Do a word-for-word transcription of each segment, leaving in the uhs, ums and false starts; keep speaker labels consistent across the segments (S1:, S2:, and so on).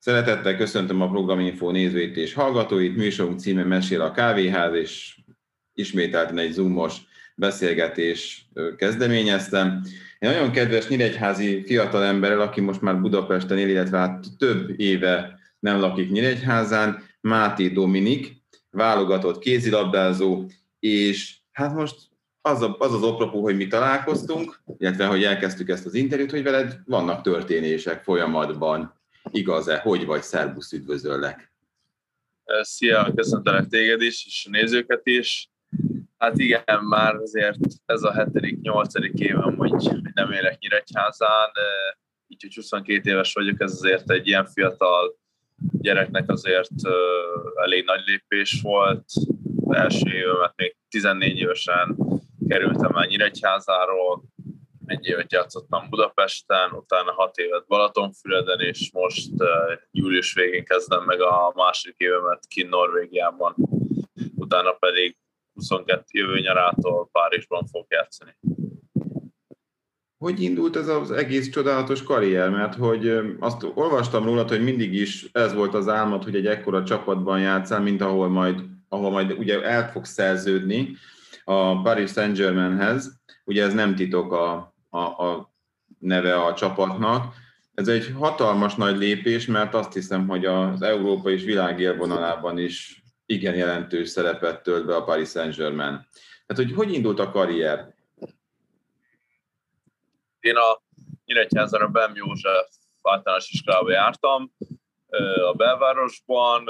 S1: Szeretettel köszöntöm a Programinfo nézőit és hallgatóit. Műsorunk címe Mesél a kávéház, és ismételten egy zoomos beszélgetés kezdeményeztem. Egy nagyon kedves nyíregyházi fiatalemberrel, aki most már Budapesten él, illetve hát több éve nem lakik Nyíregyházán, Máté Dominik, válogatott kézilabdázó, és hát most az, a, az az apropó, hogy mi találkoztunk, illetve hogy elkezdtük ezt az interjút, hogy veled vannak történések folyamatban. Igaz-e? Hogy vagy? Szerbusz, üdvözöllek!
S2: Szia, köszöntelek téged is, és a nézőket is. Hát igen, már azért ez a hetedik, nyolcadik évem, hogy nem élek Nyíregyházán, így, hogy huszonkét éves vagyok, ez azért egy ilyen fiatal gyereknek azért elég nagy lépés volt. Az első évemet még tizennégy évesen kerültem el Nyíregyházáról, egy évet játszottam Budapesten, utána hat évet Balatonfüreden, és most uh, július végén kezdem meg a második évemet kint Norvégiában. Utána pedig huszonkettő jövő nyarától Párizsban fog játszani.
S1: Hogy indult ez az egész csodálatos karrier? Mert hogy azt olvastam rólad, hogy mindig is ez volt az álmod, hogy egy ekkora csapatban játszál, mint ahol majd, ahol majd ugye el fogsz szerződni a Paris Saint-Germainhez. Ugye ez nem titok a A, a neve a csapatnak. Ez egy hatalmas nagy lépés, mert azt hiszem, hogy az Európa és világ élvonalában is igen jelentős szerepet tölt be a Paris Saint-Germain. Tehát, hogy hogy indult a karrier?
S2: Én a Nyíregyházán a Bem József általános iskolába jártam, a belvárosban,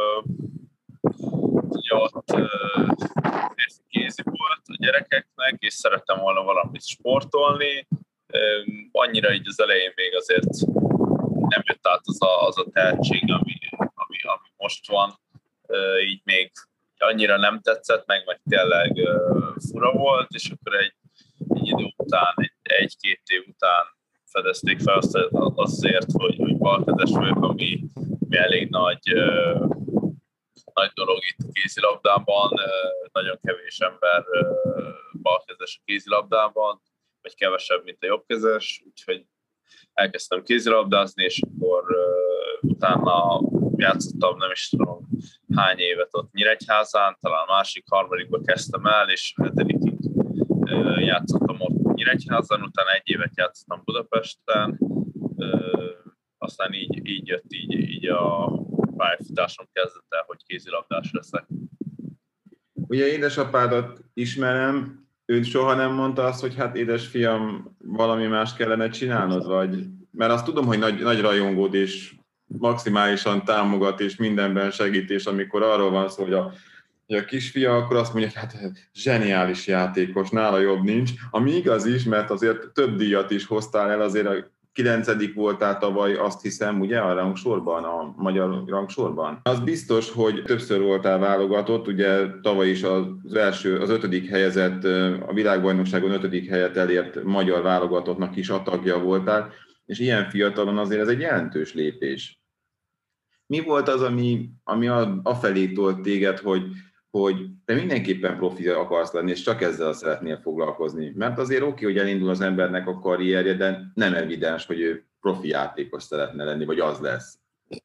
S2: ugye ott kézi volt a gyerekeknek, és szerettem volna valamit sportolni. Annyira így az elején még azért nem jött át az a, az a tehetség, ami, ami, ami most van. Így még annyira nem tetszett meg, meg tényleg fura volt, és akkor egy, egy idő után, egy, egy-két év után fedezték fel azt azért, hogy, hogy balkezes vagyok, ami, ami elég nagy nagy dolog itt a kézilabdában, nagyon kevés ember balkezes a kézilabdában, vagy kevesebb, mint a jobbkezes, úgyhogy elkezdtem kézilabdázni, és akkor utána játszottam nem is tudom hány évet ott Nyíregyházán, talán másik, harmadikba kezdtem el, és hetedikig játszottam ott Nyíregyházán, utána egy évet játszottam Budapesten, aztán így, így jött így, így a pályafutásom kezdett el, hogy kézilabdás leszek.
S1: Ugye édesapádat ismerem, ő soha nem mondta azt, hogy hát édesfiam, valami más kellene csinálnod, vagy? Mert azt tudom, hogy nagy, nagy rajongód és maximálisan támogat és mindenben segít, és amikor arról van szó, hogy a, hogy a kisfia, akkor azt mondja, hogy hát zseniális játékos, nála jobb nincs, ami igaz is, mert azért több díjat is hoztál el, azért a kilencedik voltál tavaly, azt hiszem, ugye a rangsorban, a magyar rangsorban. Az biztos, hogy többször voltál válogatott, ugye tavaly is az első, az ötödik helyezett, a világbajnokságon ötödik helyet elért magyar válogatottnak is a tagja voltál, és ilyen fiatalon azért ez egy jelentős lépés. Mi volt az, ami, ami afelé tolt téged, hogy hogy te mindenképpen profi akarsz lenni, és csak ezzel szeretnél foglalkozni. Mert azért oké, hogy elindul az embernek a karrierje, de nem evidens, hogy ő profi játékos szeretne lenni, vagy az lesz.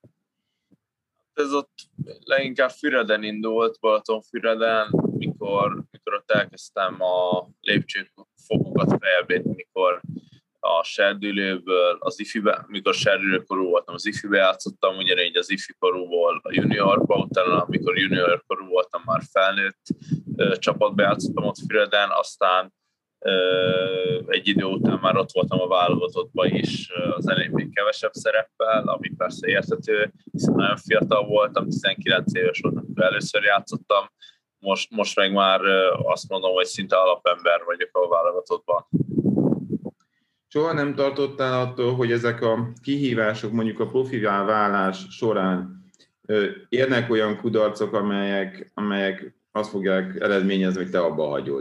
S2: Ez ott leginkább Füreden indult, Balatonfüreden, mikor, mikor ott elkezdtem a lépcsőfokokat feljebb, mikor a serdülőből, az ifibe, mikor serdülőkorú voltam, az ifibe játszottam, ugyanígy az ifi korúból a juniorba, utána amikor junior korú voltam, már felnőtt ö, csapatba játszottam ott Füreden, aztán ö, egy idő után már ott voltam a válogatottban is, az elején még kevesebb szereppel, ami persze érthető, hiszen nagyon fiatal voltam, tizenkilenc éves voltam, amikor először játszottam, most, most meg már ö, azt mondom, hogy szinte alapember vagyok a válogatottban.
S1: Soha nem tartottál attól, hogy ezek a kihívások mondjuk a profivá válás során érnek olyan kudarcok, amelyek, amelyek azt fogják eredményezni, hogy te abba hagyod?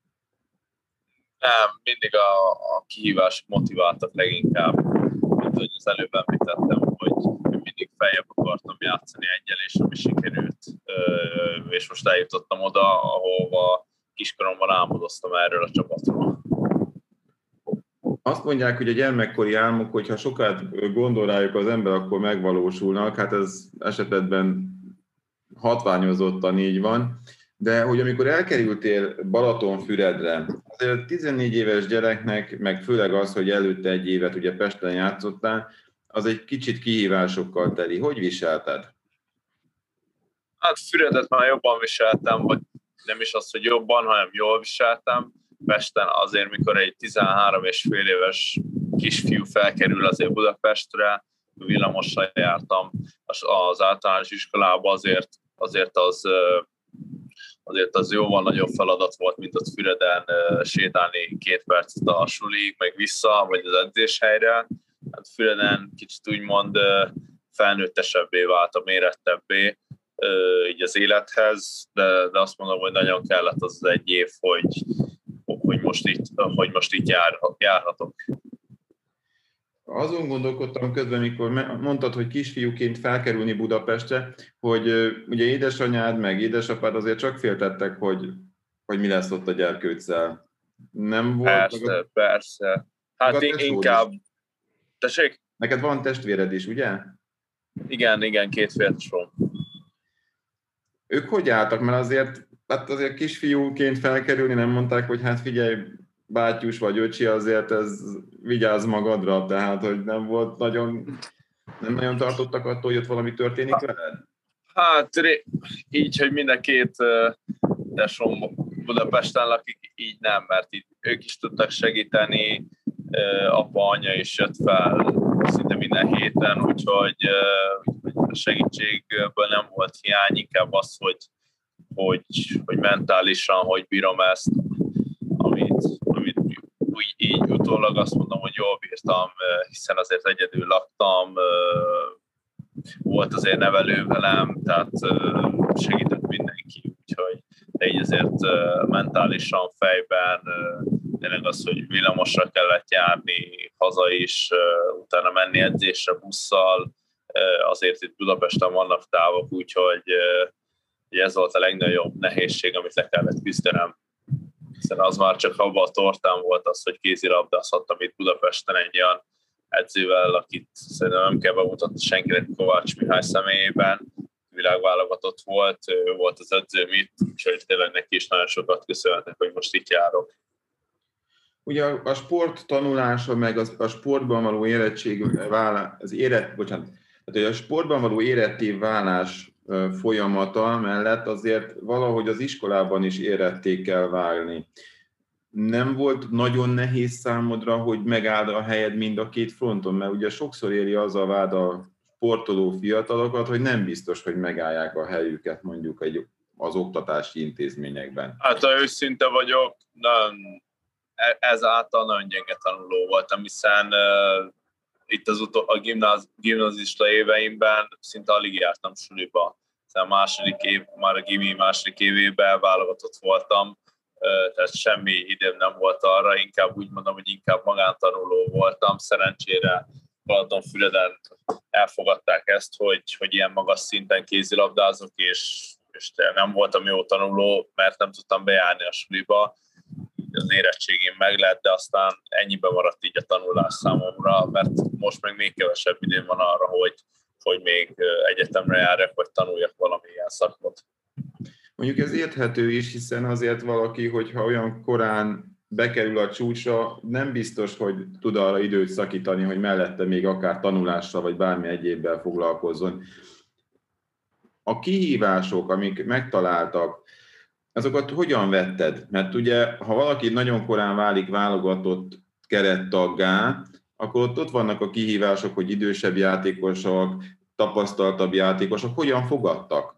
S2: Nem, mindig a, a kihívások motiváltak leginkább. Mint hogy az előbb említettem, hogy mindig feljebb akartam játszani egyel, és ami sikerült. És most eljutottam oda, ahova kiskoromban álmodoztam erről a csapatról.
S1: Azt mondják, hogy a gyermekkori álmok, hogyha sokat gondol rájuk az ember, akkor megvalósulnak. Hát ez esetben hatványozottan így van. De hogy amikor elkerültél Balatonfüredre, azért tizennégy éves gyereknek, meg főleg az, hogy előtte egy évet ugye Pesten játszottál, az egy kicsit kihívásokkal teli. Hogy viselted?
S2: Hát Füredet már jobban viseltem, vagy nem is az, hogy jobban, hanem jól viseltem. Pesten azért, mikor egy tizenhárom és fél éves kisfiú felkerül azért Budapestre, villamossal jártam az általános iskolába, azért, azért az azért az jóval nagyobb feladat volt, mint ott Füreden sétálni két percet a sulig, meg vissza, vagy az edzéshelyre. Hát Füreden kicsit úgymond felnőttesebbé vált, a mérettebbé így az élethez, de, de azt mondom, hogy nagyon kellett az egy év, hogy, hogy most itt, hogy most itt jár, járhatok.
S1: Azon gondolkodtam közben, mikor mondtad, hogy kisfiúként felkerülni Budapestre, hogy ugye édesanyád meg édesapád azért csak féltettek, hogy, hogy mi lesz ott a gyerkőccel. Nem volt?
S2: Persze, a... persze. Hát inkább... Tessék?
S1: Neked van testvéred is, ugye?
S2: Igen, igen, két féltesóm.
S1: Ők hogy álltak? Mert azért, hát azért kisfiúként felkerülni nem mondták, hogy hát figyelj, bátyus vagy öcsi, azért ez vigyázz magadra, tehát hogy nem volt nagyon, nem nagyon tartottak attól, hogy ott valami történik veled?
S2: Hát így, hogy mind a két tesóm Budapesten lakik, így nem, mert itt ők is tudtak segíteni, apa, anya is jött fel szinte minden héten, úgyhogy a segítségből nem volt hiány, inkább az, hogy, hogy, hogy mentálisan, hogy bírom ezt, amit, amit úgy, így utólag azt mondom, hogy jól bírtam, hiszen azért egyedül laktam, volt azért nevelő velem, tehát segített mindenki, úgyhogy de így azért mentálisan, fejben, tényleg az, hogy villamosra kellett járni, haza is, utána menni edzésre busszal, azért itt Budapesten vannak távok, úgyhogy ez volt a legnagyobb nehézség, amit le kellett küzdenem. Hiszen az már csak abban a tortán volt az, hogy kézilabdázhattam itt Budapesten egy olyan edzővel, akit szerintem nem kell bemutatni senkinek, Kovács Mihály személyében, világválogatott volt, ő volt az edzőm itt, úgyhogy tényleg neki is nagyon sokat köszönhetek, hogy most itt járok.
S1: Ugye a sport tanulása, meg az, a sportban való érettség válás, az éret, bocsánat, tehát a sportban való éretté válás folyamata mellett azért valahogy az iskolában is éretté kell válni. Nem volt nagyon nehéz számodra, hogy megáld a helyed mind a két fronton, mert ugye sokszor éri az a vád a sportoló fiatalokat, hogy nem biztos, hogy megállják a helyüket mondjuk egy, az oktatási intézményekben.
S2: Hát ha őszinte vagyok, nem, ezáltal nagyon gyenge tanuló voltam, hiszen uh, itt az utol, a gimnáz, gimnazista éveimben szinte alig jártam suliba. A második év, már a gimi második évében válogatott voltam, uh, tehát semmi időm nem volt arra, inkább úgy mondom, hogy inkább magántanuló voltam. Szerencsére Balatonfüreden elfogadták ezt, hogy, hogy ilyen magas szinten kézilabdázok, és, és nem voltam jó tanuló, mert nem tudtam bejárni a suliba. Az érettségén meg lett, de aztán ennyiben maradt így a tanulás számomra, mert most meg még kevesebb időm van arra, hogy, hogy még egyetemre járjak, vagy tanuljak valamilyen szakot.
S1: Mondjuk ez érthető is, hiszen azért valaki, hogyha olyan korán bekerül a csúcsra, nem biztos, hogy tud arra időt szakítani, hogy mellette még akár tanulással, vagy bármi egyébbel foglalkozzon. A kihívások, amik megtaláltak, azokat hogyan vetted? Mert ugye, ha valaki nagyon korán válik válogatott kerettaggá, akkor ott, ott vannak a kihívások, hogy idősebb játékosok, tapasztaltabb játékosok, hogyan fogadtak?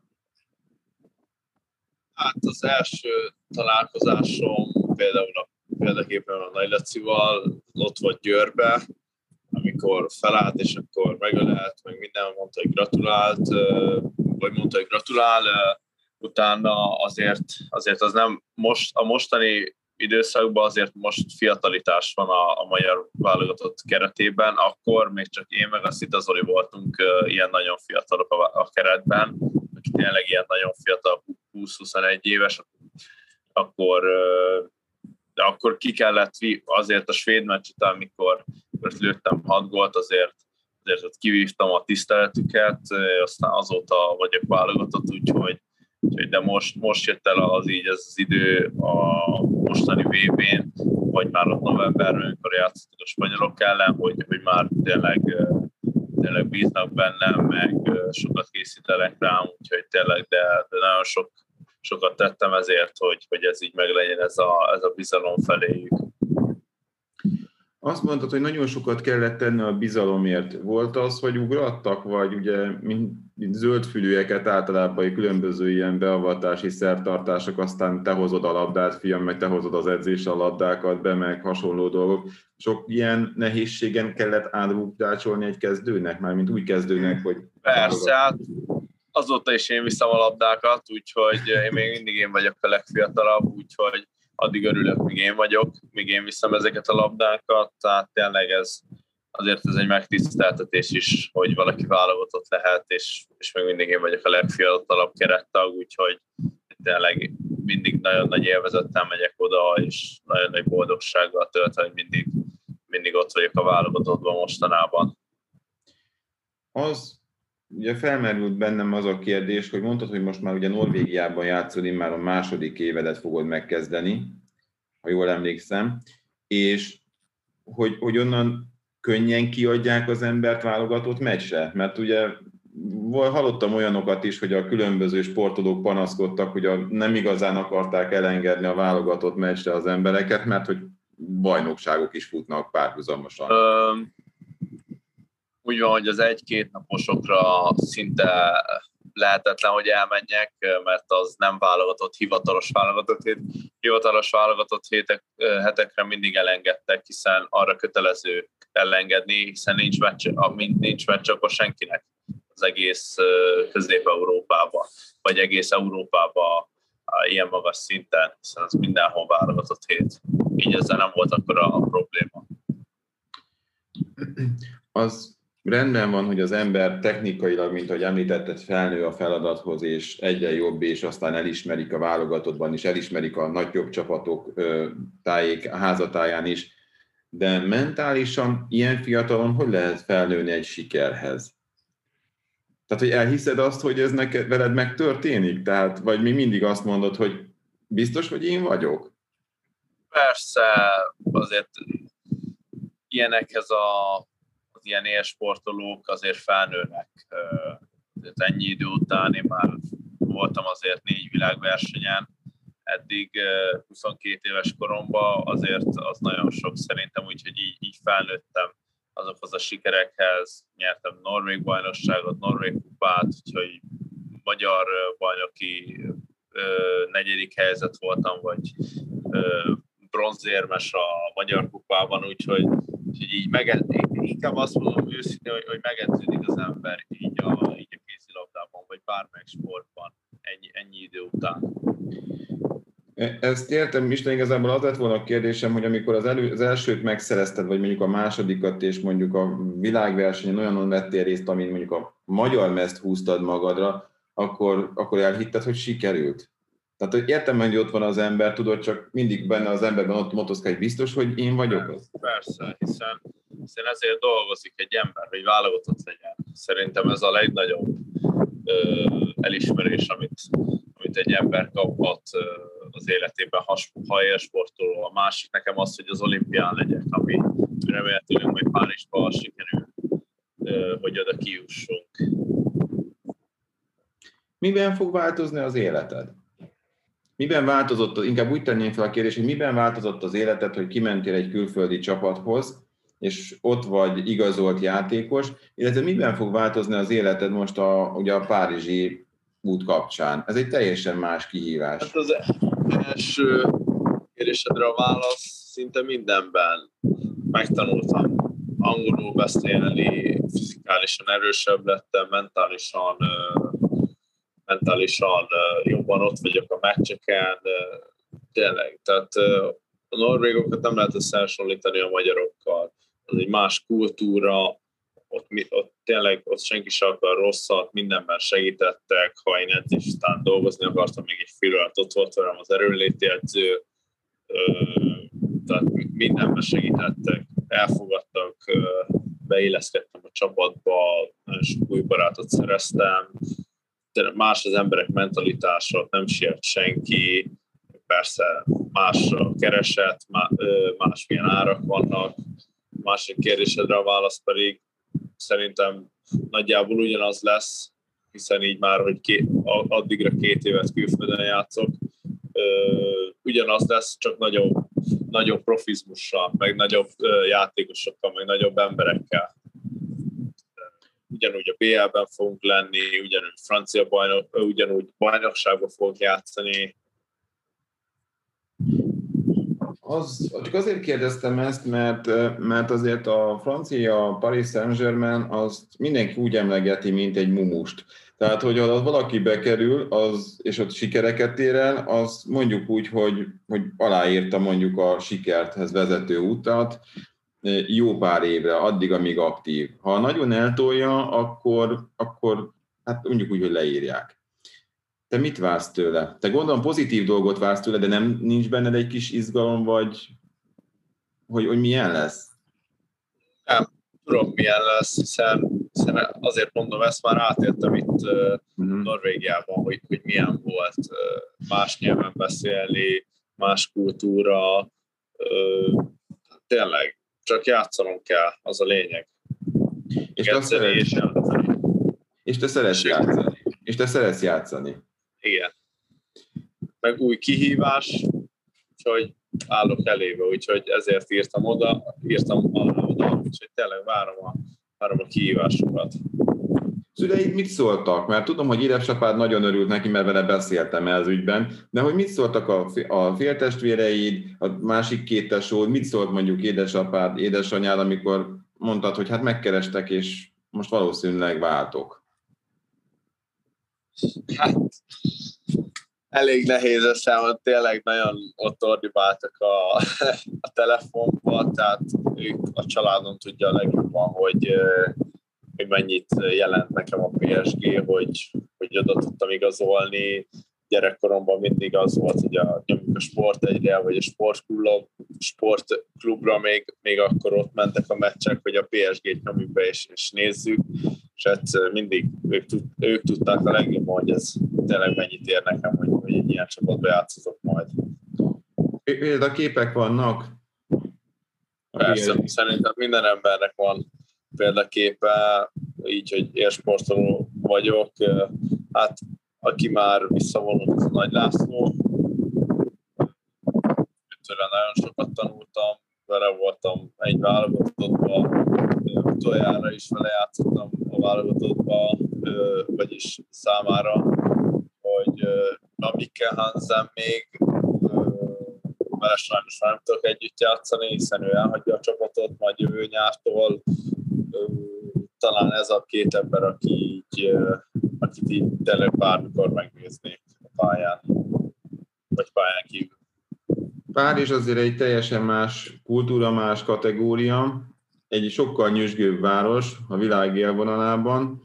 S2: Hát az első találkozásom például a, példaképpen a Nagy Lacival ott volt Győrbe, amikor felállt, és akkor megölelt, meg minden mondta, hogy gratulált, vagy mondta, hogy gratulál, utána azért, azért az nem, most, a mostani időszakban azért most fiatalitás van a, a magyar válogatott keretében, akkor még csak én meg a Szita Zoli voltunk uh, ilyen nagyon fiatalok a, a keretben, aki tényleg ilyen nagyon fiatal, húsz-huszonegy éves, akkor, uh, de akkor ki kellett azért a svéd meccs után, amikor lőttem hat gólt, azért, azért ott kivívtam a tiszteletüket, aztán azóta vagyok válogatott, úgyhogy, úgyhogy de most, most jött el az így ez az idő a mostani vé bén, vagy már ott novemberben, amikor játszottuk a spanyolok ellen, hogy, hogy már tényleg, tényleg bíznak bennem, meg sokat készítenek rám, úgyhogy tényleg, de, de nagyon sok, sokat tettem ezért, hogy, hogy ez így meglegyen ez a, ez a bizalom feléjük.
S1: Azt mondtad, hogy nagyon sokat kellett tenni a bizalomért. Volt az, hogy ugrattak, vagy ugye mint, mint zöldfülűeket általában különböző ilyen beavatási szertartások, aztán te hozod a labdát, fiam, meg te hozod az edzésre a labdákat be, meg hasonló dolgok. Sok ilyen nehézségen kellett átbukdácsolni egy kezdőnek, már mint új kezdőnek, hogy...
S2: Persze, hát azóta is én viszem a labdákat, úgyhogy én még mindig én vagyok a legfiatalabb, úgyhogy addig örülök, míg én vagyok, míg én viszem ezeket a labdákat, tehát tényleg ez, azért ez egy megtiszteltetés is, hogy valaki válogatott lehet, és, és még mindig én vagyok a legfiatalabb kerettag, úgyhogy tényleg mindig nagyon nagy élvezettel megyek oda, és nagyon nagy boldogsággal tölt, hogy mindig, mindig ott vagyok a válogatottban mostanában.
S1: Az ugye felmerült bennem az a kérdés, hogy mondtad, hogy most már ugye Norvégiában játszol, már a második évedet fogod megkezdeni, ha jól emlékszem, és hogy, hogy onnan könnyen kiadják az embert válogatott meccsre, mert ugye hallottam olyanokat is, hogy a különböző sportolók panaszkodtak, hogy a, nem igazán akarták elengedni a válogatott meccsre az embereket, mert hogy bajnokságok is futnak párhuzamosan.
S2: Um... Úgy van, hogy az egy-két naposokra szinte lehetetlen, hogy elmenjek, mert az nem válogatott, hivatalos válogatott hét. Hivatalos válogatott hétek, hetekre mindig elengedtek, hiszen arra kötelező elengedni, hiszen nincs meccs, amint nincs meccs, akkor senkinek az egész Közép-Európában, vagy egész Európában ilyen magas szinten, hiszen az mindenhol válogatott hét. Így ezzel nem volt akkora a probléma.
S1: Az rendben van, hogy az ember technikailag, mint ahogy említetted, felnő a feladathoz, és egyre jobb, és aztán elismerik a válogatottban is, elismerik a nagyobb csapatok tájék, házatáján is, de mentálisan ilyen fiatalon hogy lehet felnőni egy sikerhez? Tehát, hogy elhiszed azt, hogy ez neked, veled megtörténik? Tehát, vagy még mindig azt mondod, hogy biztos, hogy én vagyok?
S2: Persze, azért ilyenekhez a az ilyen élsportolók azért felnőnek. Azért ennyi idő után én már voltam azért négy világversenyen, eddig huszonkét éves koromban, azért az nagyon sok szerintem, úgyhogy így, így felnőttem azokhoz a sikerekhez, nyertem norvég bajnokságot, norvég kupát, úgyhogy magyar bajnoki negyedik helyzet voltam, vagy bronzérmes a magyar kupában, úgyhogy, úgyhogy így meged, inkább azt mondom őszintén, hogy, hogy megedződik az ember így a, így a kézilabdában, vagy bármelyik sportban ennyi, ennyi idő után.
S1: Ezt értem, Isten, igazából az lett volna a kérdésem, hogy amikor az, elő, az elsőt megszerezted, vagy mondjuk a másodikat, és mondjuk a világversenyen olyanon vettél részt, amin mondjuk a magyar mezt húztad magadra, akkor, akkor elhitted, hogy sikerült? Tehát, hogy értem, hogy ott van az ember, tudod, csak mindig benne az emberben ott motoszkál, hogy biztos, hogy én vagyok az?
S2: Persze, hiszen, hiszen ezért dolgozik egy ember, hogy válogatott legyen. Szerintem ez a legnagyobb ö, elismerés, amit, amit egy ember kaphat ö, az életében, ha, ha élsportoló. A másik nekem az, hogy az olimpián legyek, ami remélhetőleg majd Párizsban sikerül, ö, hogy oda kijussunk.
S1: Miben fog változni az életed? Miben változott, inkább úgy tenném fel a kérdést, hogy miben változott az életed, hogy kimentél egy külföldi csapathoz, és ott vagy igazolt játékos, illetve miben fog változni az életed most a, ugye a párizsi út kapcsán? Ez egy teljesen más kihívás.
S2: Hát az első kérdésedre a válasz szinte mindenben. Megtanultam angolul beszélni, fizikálisan erősebb lettem, mentálisan mentálisan jobban ott vagyok a meccseken, tényleg. Tehát a norvégokat nem lehet összehasonlítani a magyarokkal. Az egy más kultúra, ott, ott tényleg ott senki sem akar rosszat, mindenben segítettek, ha én edzés után dolgozni akartam, még egy fél órát ott volt velem az erőnléti edző, tehát mindenben segítettek, elfogadtak, beilleszkedtem a csapatba, nagyon sok új barátot szereztem, más az emberek mentalitása, nem siet senki, persze más a kereset, másmilyen árak vannak, másik kérdésedre a válasz pedig szerintem nagyjából ugyanaz lesz, hiszen így már, hogy két, addigra két évet külföldön játszok, ugyanaz lesz, csak nagyobb, nagyobb profizmussal, meg nagyobb játékosokkal, meg nagyobb emberekkel. Ugyanúgy a bé el-ben fogunk lenni, ugyanúgy francia bajnok, ugyanúgy bajnokságban fogunk játszani.
S1: Az, csak azért kérdeztem ezt, mert, mert azért a francia Paris Saint-Germain azt mindenki úgy emlegeti, mint egy mumust. Tehát, hogy ha valaki bekerül, az, és ott sikereket ér el, az mondjuk úgy, hogy, hogy aláírta mondjuk a sikerthez vezető utat jó pár évre, addig, amíg aktív. Ha nagyon eltolja, akkor, akkor hát mondjuk úgy, hogy leírják. Te mit vársz tőle? Te gondolom pozitív dolgot vársz tőle, de nem nincs benned egy kis izgalom, vagy hogy, hogy milyen lesz?
S2: Nem tudom, milyen lesz, hiszen, hiszen azért mondom, ezt már átéltem itt uh, uh-huh. Norvégiában, hogy, hogy milyen volt uh, más nyelven beszélni, más kultúra, uh, tényleg, csak játszanom kell, az a lényeg.
S1: És te, szeretsz, és te szeretsz játszani. És te szeretsz játszani.
S2: Igen. Meg új kihívás, úgyhogy állok elébe, úgyhogy ezért írtam oda, írtam oda, úgyhogy tényleg várom a, várom a kihívásokat.
S1: Szüleid mit szóltak? Mert tudom, hogy édesapád nagyon örült neki, mert vele beszéltem ez ügyben, de hogy mit szóltak a, a féltestvéreid, a másik két tesód, mit szólt mondjuk édesapád, édesanyád, amikor mondtad, hogy hát megkerestek, és most valószínűleg váltok?
S2: Hát, elég nehéz a számon, tényleg nagyon ott ordibáltak a, a telefonba, tehát ők, a családom tudja a legjobban, hogy, hogy mennyit jelent nekem a pé es gé, hogy, hogy oda tudtam igazolni. Gyerekkoromban mindig az volt, hogy a, nyomjuk a Sportegyre, vagy a sportklub, sportklubra még, még akkor ott mentek a meccsek, hogy a pé es gét nyomjuk be és, és nézzük, és hát mindig ők, ők tudták a legjobban, hogy ez tényleg mennyit ér nekem, hogy, hogy egy ilyen csapatba játszhatok majd.
S1: Példaképek vannak?
S2: Persze, szerintem minden embernek van példaképe, így, hogy élsportoló vagyok. Hát aki már visszavonult, az a Nagy László. Tőle nagyon sokat tanultam, vele voltam egy válogatottban, utoljára is vele játszottam a válogatottban, vagyis számára, hogy a Mikkel Hansen még vele sajnos nem tudok együtt játszani, hiszen ő elhagyja a csapatot, majd jövő nyártól. Talán ez a két ember, aki így, akit így tényleg bármikor megnéznék a pályán, vagy pályán kívül.
S1: Párizs azért egy teljesen más kultúra, más kategória, egy sokkal nyüzsgőbb város a világ élvonalában.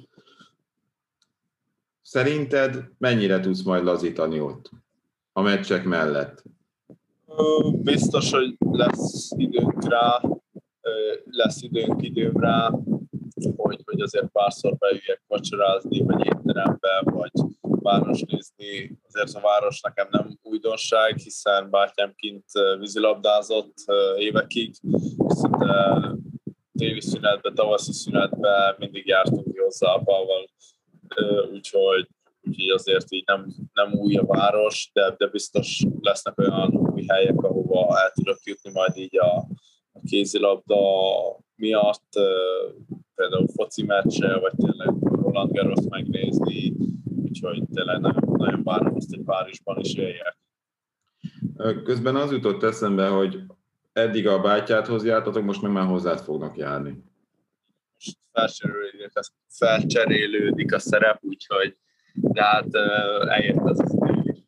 S1: Szerinted mennyire tudsz majd lazítani ott a meccsek mellett?
S2: Biztos, hogy lesz időnk rá, lesz időnk időm rá, hogy, hogy azért párszor beüljek vacsorázni, vagy étterembe, vagy város nézni. Azért a város nekem nem újdonság, hiszen bátyám kint vízilabdázott évekig, szinte téli szünetbe, tavaszi szünetbe mindig jártunk ki hozzá apával, úgyhogy, úgyhogy azért így nem, nem új a város, de, de biztos lesznek olyan új helyek, ahova el tudok jutni majd így a, a kézilabda miatt, például foci meccsre, vagy tényleg Roland Garros megnézni, úgyhogy tényleg nagyon, nagyon várom azt, hogy Párizsban is éljek.
S1: Közben az jutott eszembe, hogy eddig a bátyádhoz jártatok, most meg már hozzád fognak járni.
S2: Most felcserélődik a, felcserélődik a szerep, úgyhogy de hát eljött az az idő is.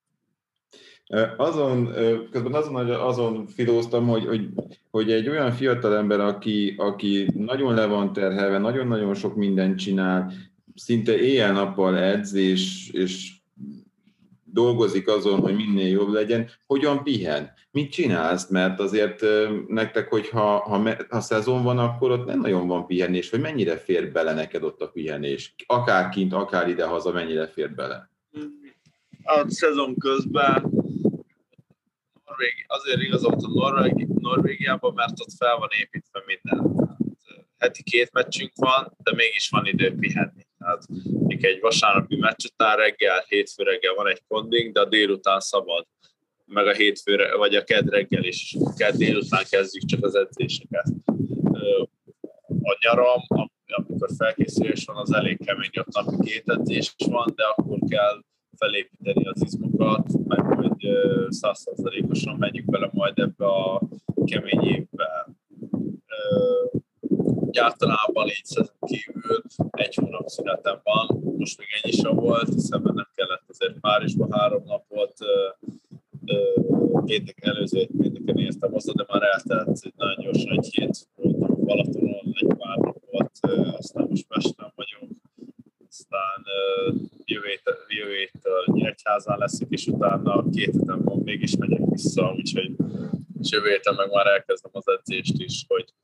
S1: Azon, közben azon, azon filóztam, hogy, hogy, hogy egy olyan fiatal ember, aki, aki nagyon le van terhelve, nagyon-nagyon sok mindent csinál, szinte éjjel-nappal edz, és, és dolgozik azon, hogy minél jobb legyen, hogyan pihen? Mit csinálsz? Mert azért nektek, hogyha ha, ha szezon van, akkor ott nem nagyon van pihenés, vagy mennyire fér bele neked ott a pihenés? Akár kint, akár ide-haza, mennyire fér bele?
S2: A szezon közben Norvégi, azért igazoltam Norvégi, Norvégiában, mert ott fel van építve minden. Heti két meccsünk van, de mégis van idő pihenni. Tehát egy vasárnapi meccs után reggel, hétfő reggel van egy konding, de a délután szabad, meg a hétfőre, vagy a kedd reggel is. Kedd délután kezdjük csak az edzéseket. A nyaram, amikor felkészülés van, az elég kemény, ott napi két edzés van, de akkor kell felépíteni az izmokat, meg hogy száz százalékosan menjünk bele majd ebbe a kemény évbe. Általában így szezon kívül egy hónap szünetem van, most még ennyi sem volt, hiszen nem kellett azért Párizsban három napot, péntek előző pénteken értem hozzá, de már eltelt nagyon gyorsan egy hét, voltam Balatonon egy pár napot, aztán most Pesten vagyok, aztán jövő héttől Nyíregyházán leszek, és utána két hetem van, mégis megyek vissza, úgyhogy jövő héten meg már elkezdem az edzést is, hogy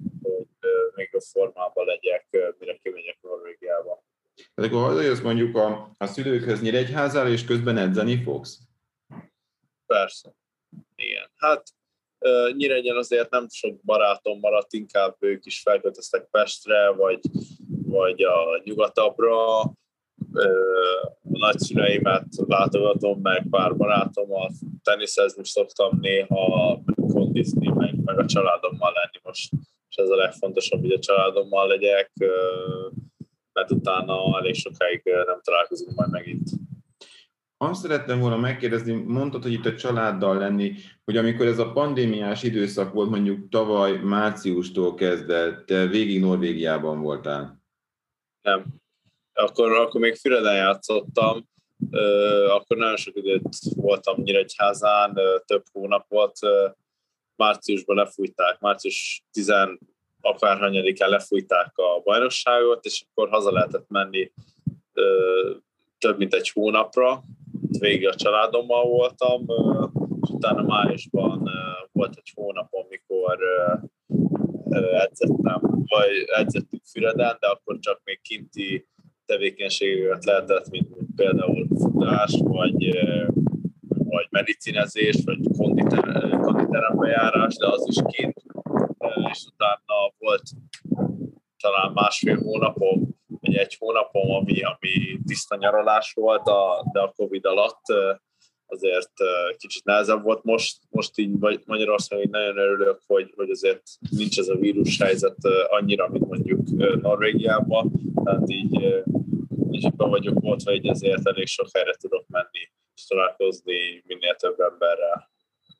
S2: még a formában legyek, mire kimegyek Norvégiába.
S1: Tehát akkor hazajössz mondjuk a, a szülőkhöz Nyíregyházára, és közben edzeni fogsz?
S2: Persze. Igen. Hát uh, Nyíregyen azért nem sok barátom maradt, inkább ők is felköltöztek Pestre, vagy, vagy a nyugatabbra. Uh, a nagyszüleimet látogatom, meg pár barátomat, teniszezni szoktam néha, kondizni, meg, meg a családommal lenni most. És ez a legfontosabb, hogy a családommal legyek, mert utána elég sokáig nem találkozunk majd megint.
S1: Azt szerettem volna megkérdezni, mondtad, hogy itt a családdal lenni, hogy amikor ez a pandémiás időszak volt, mondjuk tavaly márciustól kezdve, te végig Norvégiában voltál?
S2: Nem. Akkor, akkor még Füreden játszottam, akkor nagyon sok időt voltam Nyíregyházán, több hónapot, márciusban lefújták, március tíz akárhanyadikán lefújták a bajnokságot, és akkor haza lehetett menni ö, több mint egy hónapra. Végig a családommal voltam, ö, és utána májusban ö, volt egy hónapon, mikor ö, ö, edzettem, vagy edzettük Füreden, de akkor csak még kinti tevékenységeket lehetett, mint például futás, vagy ö, vagy medicinezés, vagy konditerembe járás, de az is kint, és utána volt talán másfél hónapom, vagy egy hónapom, ami, ami tiszta nyaralás volt, a, de a Covid alatt azért kicsit nehezebb volt. Most, most így Magyarországon nagyon örülök, hogy, hogy azért nincs ez a vírushelyzet annyira, mint mondjuk Norvégiában, tehát így, így be vagyok voltva, így ezért elég sok helyre tudok menni, és találkozni minél több emberrel.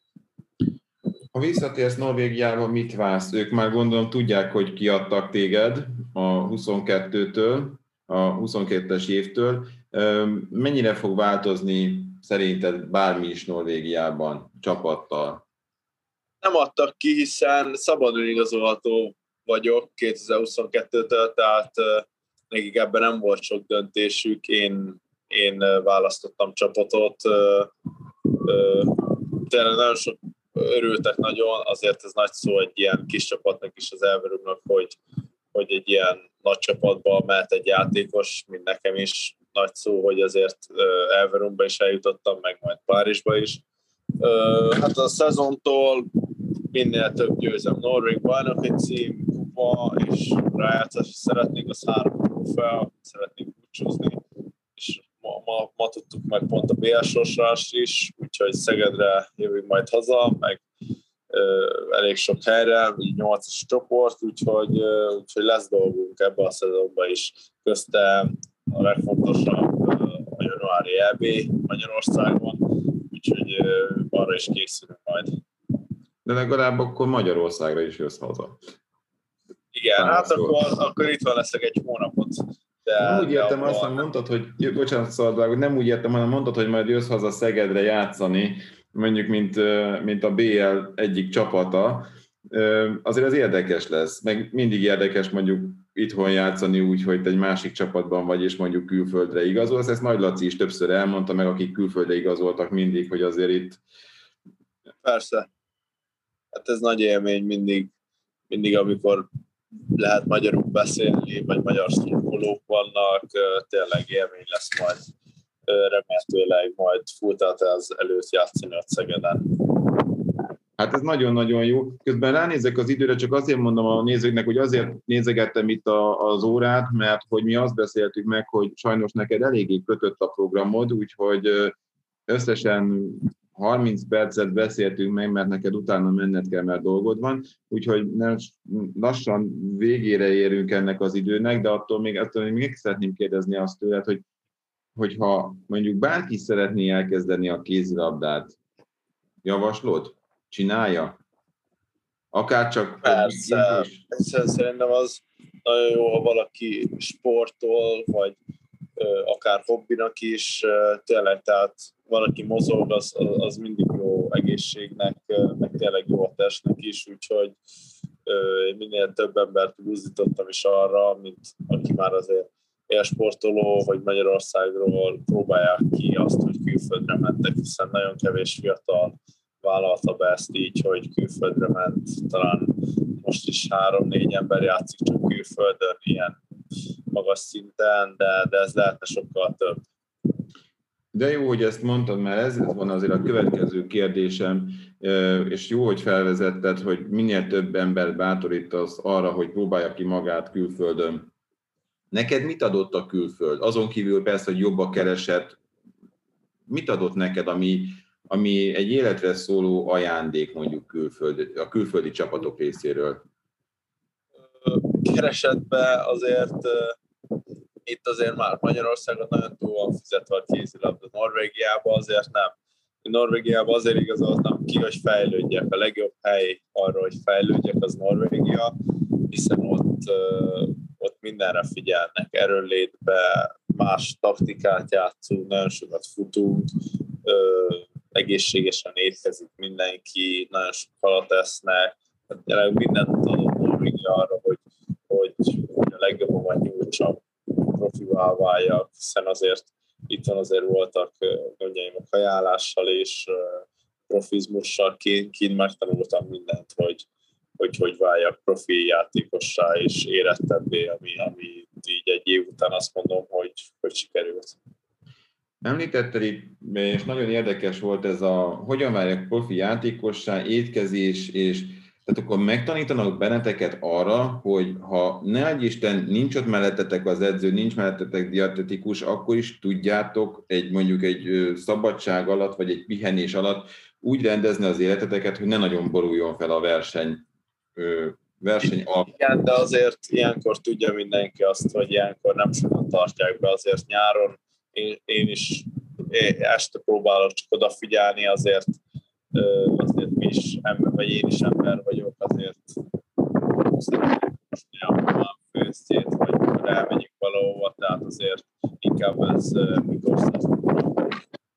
S1: Ha visszatérsz Norvégiába, mit vársz? Ők már gondolom tudják, hogy kiadtak téged a huszonkettőtől, a huszonkettes évtől. Mennyire fog változni szerinted bármi is Norvégiában csapattal?
S2: Nem adtak ki, hiszen szabadon igazolható vagyok kétezer-huszonkettőtől, tehát nekik ebben nem volt sok döntésük. Én, én választottam csapatot. Tényleg nagyon sok örültek nagyon, azért ez nagy szó egy ilyen kis csapatnak is, az Elverumnak, hogy, hogy egy ilyen nagy csapatba mehet egy játékos, mint nekem is nagy szó, hogy azért Elverumba is eljutottam, meg majd Párizsba is. Hát a szezontól minél több győzem, norvég bajnoki cím, kupa, és rájátszás is szeretnénk, az három fel, szeretnénk búcsúzni, és ma, ma, ma tudtuk meg pont a bé el sorsolást is, úgyhogy Szegedre jövünk majd haza, meg ö, elég sok helyre, így nyolcas csoport, úgyhogy, ö, úgyhogy lesz dolgunk ebbe a szezonban is. Közte a legfontosabb a januári é bé Magyarországon, úgyhogy ö, arra is készülünk majd.
S1: De legalább akkor Magyarországra is jössz haza.
S2: Igen, Pár hát akkor, akkor itt van leszek egy hónapot. De
S1: nem úgy értem,
S2: abban...
S1: azt mondtad, hogy, bocsánat, szabad, hogy nem úgy értem, hanem mondtad, hogy majd jössz haza Szegedre játszani, mondjuk, mint, mint a bé el egyik csapata, azért az érdekes lesz, meg mindig érdekes mondjuk itthon játszani úgy, hogy te egy másik csapatban vagy, és mondjuk külföldre igazolsz. Ezt Nagy Laci is többször elmondta, meg akik külföldre igazoltak mindig, hogy azért itt...
S2: Persze. Hát ez nagy élmény mindig, mindig amikor lehet magyarul beszélni, vagy magyar szurkolók vannak, tényleg élmény lesz majd, remélhetőleg majd Fulltát az előtt játszani a Szegeden.
S1: Hát ez nagyon-nagyon jó. Közben ránézek az időre, csak azért mondom a nézőknek, hogy azért nézegettem itt a, az órát, mert hogy mi azt beszéltük meg, hogy sajnos neked eléggé kötött a programod, úgyhogy összesen harminc percet beszéltünk meg, mert neked utána menned kell, mert dolgod van, úgyhogy lassan végére érünk ennek az időnek, de attól még, attól még, még szeretném kérdezni azt tőled, hogy hogyha mondjuk bárki szeretné elkezdeni a kézilabdát, javaslod? Csinálja? Akár csak...
S2: Persze, szerintem az nagyon jó, ha valaki sportol, vagy ö, akár hobbinak is, ö, tényleg, tehát valaki mozog, az, az mindig jó egészségnek, meg tényleg jó a testnek is, úgyhogy ö, minél több embert buzdítottam is arra, mint aki már azért élsportoló, vagy Magyarországról próbálják ki azt, hogy külföldre mentek, hiszen nagyon kevés fiatal vállalta be ezt így, hogy külföldre ment, talán most is három-négy ember játszik csak külföldön, ilyen magas szinten, de, de ez lehetne sokkal több.
S1: De jó, hogy ezt mondtad, mert ez van azért a következő kérdésem, és jó, hogy felvezetted, hogy minél több embert bátorítasz arra, hogy próbálja ki magát külföldön. Neked mit adott a külföld? Azon kívül persze, hogy jobb a kereset, mit adott neked, ami, ami egy életre szóló ajándék mondjuk külföld, a külföldi csapatok részéről?
S2: Keresetben azért itt azért már Magyarországon nagyon túl van fizetve a kézilabda, Norvégiában azért nem. Norvégiában azért igazoltam ki, hogy fejlődjek. A legjobb hely arra, hogy fejlődjek, az Norvégia, hiszen ott, ott mindenre figyelnek, erőnlétbe, más taktikát játszunk, nagyon sokat futunk, egészségesen étkezik mindenki, nagyon sok halat esznek, tényleg mindent adott Norvégia arra, hogy, hogy, hogy a legjobban nyújtsam, profivá váljak, hiszen azért itt van azért voltak gondjaim a kajálással és profizmussal, kint megtanultam mindent, hogy hogy, hogy váljak profi játékossá és érettebbé, ami, ami így egy év után azt mondom, hogy, hogy sikerült.
S1: Említetted itt, és nagyon érdekes volt ez a hogyan váljak profi játékossá, étkezés, és tehát akkor megtanítanak benneteket arra, hogy ha ne adj Isten, nincs ott mellettetek az edző, nincs mellettetek dietetikus, akkor is tudjátok egy mondjuk egy szabadság alatt, vagy egy pihenés alatt úgy rendezni az életeteket, hogy ne nagyon boruljon fel a verseny. verseny alap.
S2: Igen, de azért ilyenkor tudja mindenki azt, hogy ilyenkor nem sokan tartják be, azért nyáron én, én is én este próbálok csak odafigyelni, azért azért mi is ember, vagy én is ember vagyok, azért most van főztét, vagy mikor elmegyünk valahova, tehát azért inkább ez mikor században.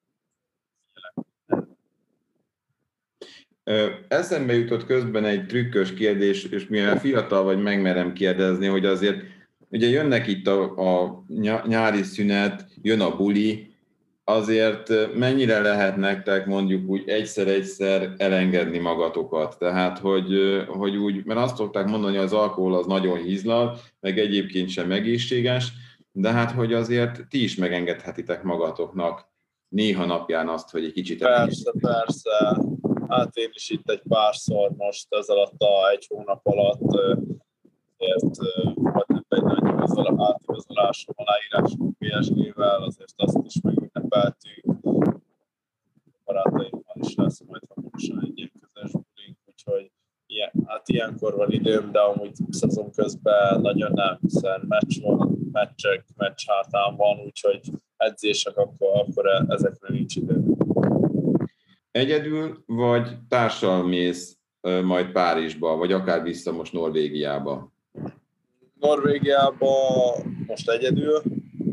S1: Eszembe jutott közben egy trükkös kérdés, és mivel fiatal vagy, megmerem kérdezni, hogy azért ugye jönnek itt a, a nyári szünet, jön a buli, azért mennyire lehet nektek mondjuk úgy egyszer-egyszer elengedni magatokat? Tehát, hogy, hogy úgy, mert azt szokták mondani, hogy az alkohol az nagyon hízlal, meg egyébként sem egészséges, de hát, hogy azért ti is megengedhetitek magatoknak néha napján azt, hogy egy kicsit...
S2: Persze, persze. Hát én is itt egy párszor most ez alatt a egy hónap alatt ért volt egy nagy átigazolásom, aláírásom pé es gé-vel, azért azt is megünnepeltünk. Barátaimmal is lesz majd hamarosan egy ilyen közös bulink, úgyhogy ilyen, hát ilyenkor van időm, de amúgy szezon közben nagyon nem, hiszen meccs van, meccsek, meccs hátán van, úgyhogy edzések, akkor, akkor ezekre nincs idő.
S1: Egyedül, vagy társal mész majd Párizsba, vagy akár vissza most Norvégiába?
S2: Norvégiába most egyedül.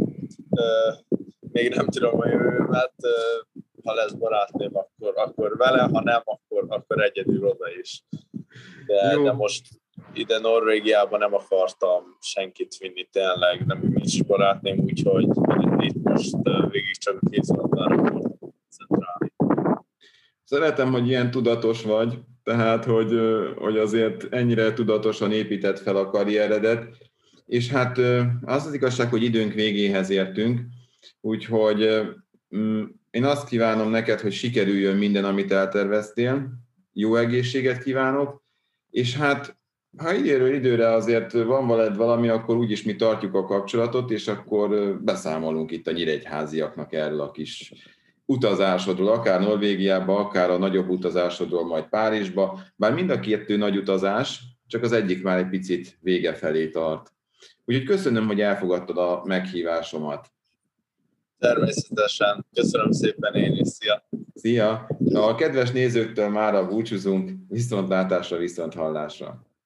S2: Még nem tudom a jövőmet. Ha lesz barátnőm, akkor, akkor vele, ha nem, akkor, akkor egyedül oda is. de, de most ide Norvégiában nem akartam senkit vinni tényleg, nem nincs barátném, úgyhogy itt most végig csak a kézilabdára akartam koncentrálni.
S1: Szeretem, hogy ilyen tudatos vagy, tehát, hogy, hogy azért ennyire tudatosan épített fel a karrieredet, és hát az az igazság, hogy időnk végéhez értünk, úgyhogy én azt kívánom neked, hogy sikerüljön minden, amit elterveztél, jó egészséget kívánok, és hát ha időről időre azért van veled valami, akkor úgyis mi tartjuk a kapcsolatot, és akkor beszámolunk itt a nyíregyháziaknak erről a kis utazásodról, akár Norvégiába, akár a nagyobb utazásodról, majd Párizsba, bár mind a kettő nagy utazás, csak az egyik már egy picit vége felé tart. Úgyhogy köszönöm, hogy elfogadtad a meghívásomat.
S2: Természetesen. Köszönöm szépen én is. Szia!
S1: Szia! A kedves nézőktől mára búcsúzunk, viszontlátásra, viszonthallásra!